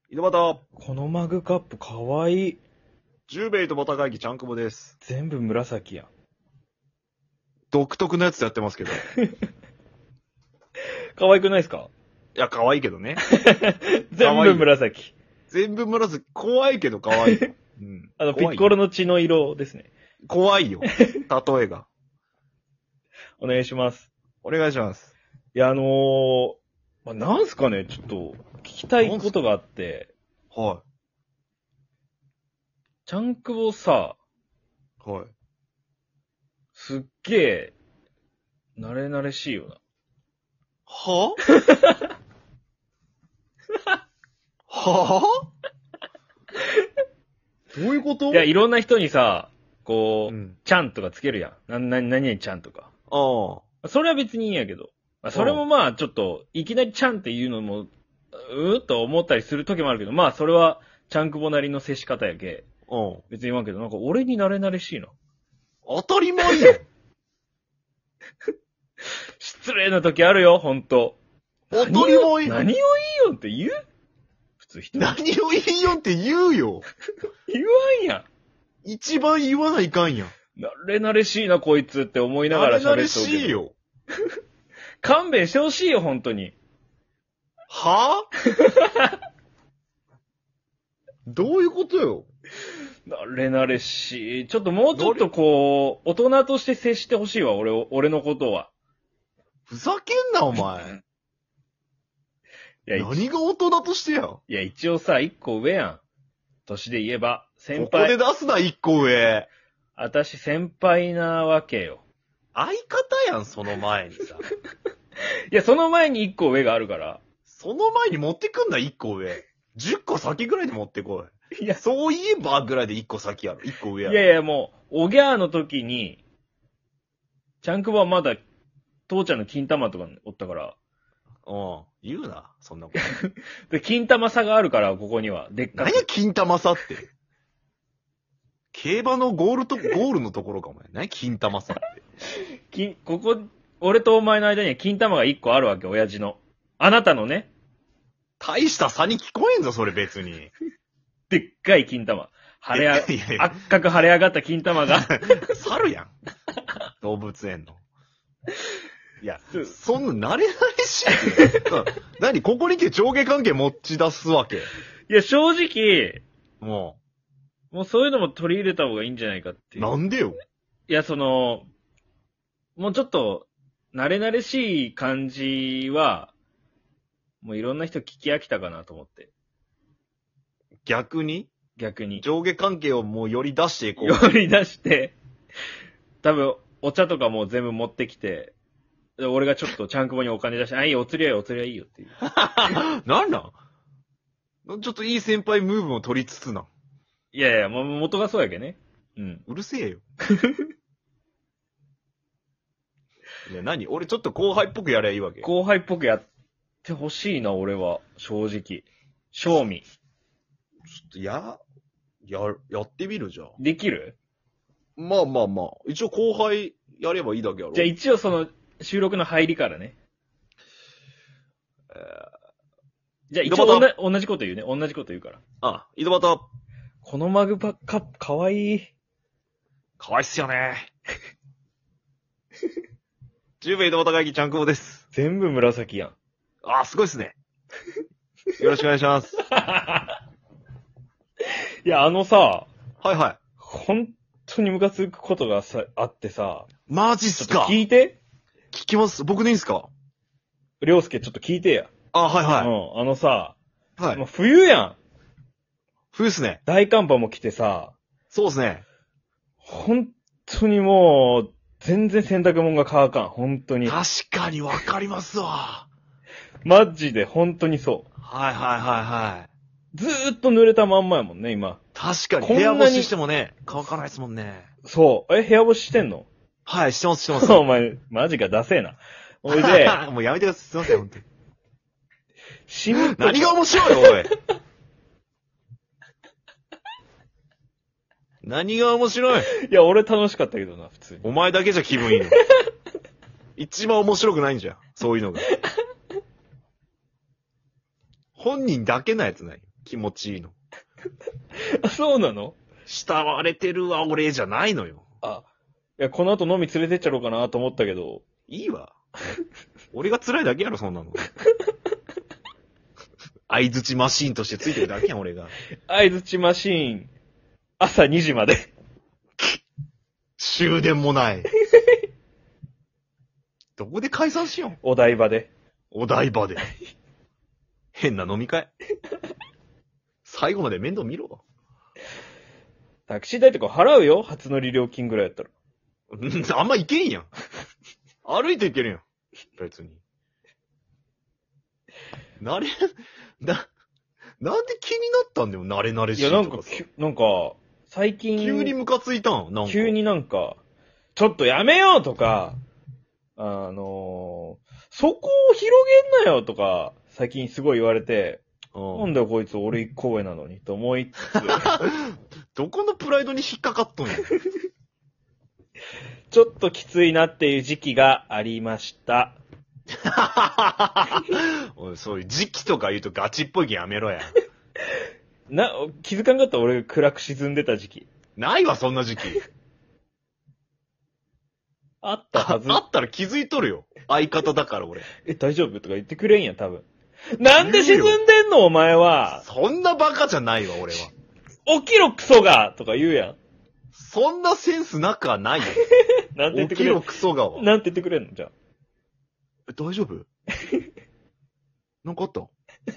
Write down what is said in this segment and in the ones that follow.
井戸端、 このマグカップかわいい。 ジューベイとバタ会議ちゃんくぼです。 全部紫やん。 独特なやつやってますけど。いかわいくないですか？ や、可愛いけどね。 全部紫。 全部紫、怖いけど可愛い。うん。 ピッコロの血の色ですね。 怖いよ。例えが。 お願いします。 お願いします。 いや、なんすかね、ちょっと、聞きたいことがあって、 はちゃんくぼさ、 い。はい。 すっげえ、慣れ慣れしいよな。 ははどういうこと？ いや、いろんな人にさ、こう、 うんちゃんとかつけるやん。何々ちゃんとか。 ああ。 それは別にいいんやけど。それもまあ、ちょっと、いきなりちゃんっていうのも、と思ったりする時もあるけど、まあ、それは、ちゃんくぼなりの接し方やけ。 うん。 別に言わんけど、なんか俺に慣れ慣れしいな。 当たり前やん。 失礼な時あるよ、ほんと。 当たり前やん。 何をいいよって言う普通人。 何をいいよって言うよ。 言わんや一番言わないかんやん。 ん。慣れ慣れしいな、こいつって思いながら喋っておけど。 慣れしいよ。 勘弁してほしいよ、ほんとに。 はどういうことよ。 慣れ慣れしい。ちょっともうちょっとこう、大人として接してほしいわ、俺のことは。 ふざけんな、お前。 いや、 何が大人としてや。 いや、一応さ、一個上やん。年で言えば、先ここで輩。 出すな、一個上。 私先輩なわけよ。 相方やん、その前にさ。 いや、その前に一個上があるから。 その前に持ってくんな、一個上。10個先ぐらいで持ってこい。 いや、 そういえばぐらいで一個先やろ。一個上やろ。 いやいや、もう、おぎゃーの時に、ちゃんくぼはまだ、父ちゃんの金玉とかおったから。 うん。言うな、そんなこと。 で、金玉差があるから、ここには。でっかく。 何や、金玉差って。競馬のゴールのところかもね。何金玉差って。 ここ、俺とお前の間には金玉が一個あるわけ、親父の。あなたのね、 大した差に聞こえんぞ、それ別に。 でっかい金玉。 いやいや赤く腫れ上がった金玉が。 猿やん。動物園の。いや、そんな慣れ慣れしいよ。何ここに来て上下関係持ち出すわけ。 いや、正直、 ももうそういうのも取り入れた方がいいんじゃないかってう。 いう。 なんでよ。 いや、もうちょっと、慣れ慣れしい感じは、もういろんな人聞き飽きたかなと思って。 逆に逆に。 上下関係をもうより出していこう。 寄り出して、多分、お茶とかも全部持ってきて、で俺がちょっとちゃんくぼにお金出して、あ、いいよ、お釣りはいいよっていう。 なんなんちょっといい先輩ムーブも取りつつな。 いやいや、もう元がそうやけね。うん。 うるせえよ。いや、何俺ちょっと後輩っぽくやればいいわけ。 後輩っぽくやってほしいな、俺は。正直。正味。 ちょっとやってみるじゃん。 できる？ まあ。一応後輩やればいいだけやろ。 じゃあ一応その、収録の入りからね。じゃあ一応同じこと言うね。同じこと言うから。 あ、井戸端。 このマグカップかわいい。 かわいっすよね。10名井戸端会議ちゃんくぼです。 全部紫やん。 あ、すごいっすね。よろしくお願いします。 いや、 はいはい。 本当にムカつくことがあってさ。 マジっすか？ 聞いて。 聞きます。僕でいいんすか？ りょうすけちょっと聞いてや。 あ、はいはい。 もうはい。 冬やん。 冬っすね。 大寒波も来てさ。 そうっすね。 本当にもう、全然洗濯物が乾かん。本当に。 確かにわかりますわ。 マジで本当にそう。 はい。 ずーっと濡れたまんまやもんね、今。 確かに。 こんなに部屋干ししてもね、乾かないですもんね。 そう。部屋干ししてんの？ はい、してます。 お前、マジか、ダセえな。おいで、 もうやめてください。すいません、本当に。 死ぬ。 何が面白いよ、おい。何が面白い？ いや、俺楽しかったけどな、普通に。 お前だけじゃ気分いいの。一番面白くないんじゃん。そういうのが。本人だけなやつない。 気持ちいいの。 あ、そうなの？ 慕われてるわ、俺じゃないのよ。 あ、いや、この後飲み連れてっちゃろうかなと思ったけど。 いいわ。俺が辛いだけやろ、そんなの。相づちマシーンとしてついてるだけやん、俺が。 相づちマシーン、朝2時まで。 終電もない。どこで解散しよん？ お台場で。 お台場で。変な飲み会。最後まで面倒見ろ。 タクシー代とか払うよ、初乗り料金ぐらいやったら。 あんま行けんやん。歩いて行けるやん。別に。なんで気になったんだよ、慣れ慣れしいいや、 とかさ。 なんか、最近、 急にムカついたんなんか。 急になんか、ちょっとやめようとか、そこを広げんなよとか、最近すごい言われて、なんだよこいつ俺一個上なのに、と思いつつ、 どこのプライドに引っかかっとんや。 ちょっときついなっていう時期がありました。 おい、そういう時期とか言うとガチっぽいけやめろや。 気づかんかった俺が暗く沈んでた時期。 ないわ、そんな時期。 あったはず。 あったら気づいとるよ。相方だから俺。 大丈夫とか言ってくれんや、多分。なんで沈んでんのお前は。 そんなバカじゃないわ、俺は。 起きろクソがとか言うやん。 そんなセンスなくはないよ。 なんて言ってくれんの？ 起きろクソがは。 なんて言ってくれんのじゃあ。 大丈夫？なんかあった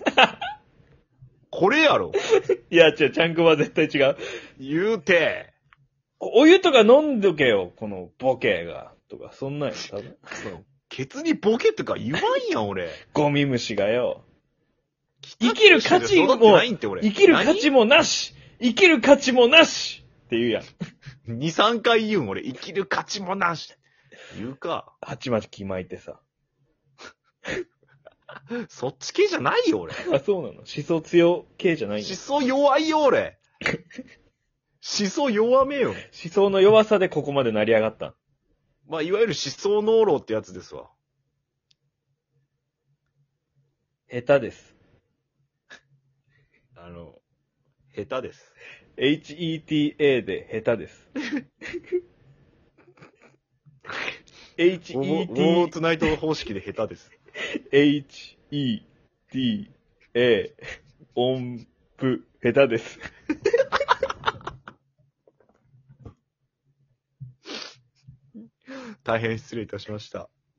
これやろ。 いや、ちゃんくは絶対違う。 言うて。 お湯とか飲んどけよ、このボケが。とか、そんなんや、多分。 ケツにボケとか言わんやん、俺。 ゴミ虫がよ。生きる価値も、生きる価値もなし生きる価値もなしって言うやん。 2、3回言うん、俺。生きる価値もなし。言うか。 鉢巻き巻いてさ。 そっち系じゃないよ、俺。 あ、そうなの？思想強系じゃないの？ 思想弱いよ、俺。思想弱めよ。 思想の弱さでここまで成り上がった。 まあ、いわゆる思想濃漏ってやつですわ。 下手です。 下手です。 HETA で下手です。 ウォーツナイト方式で下手です。 HETA 音符下手です。 大変失礼いたしました。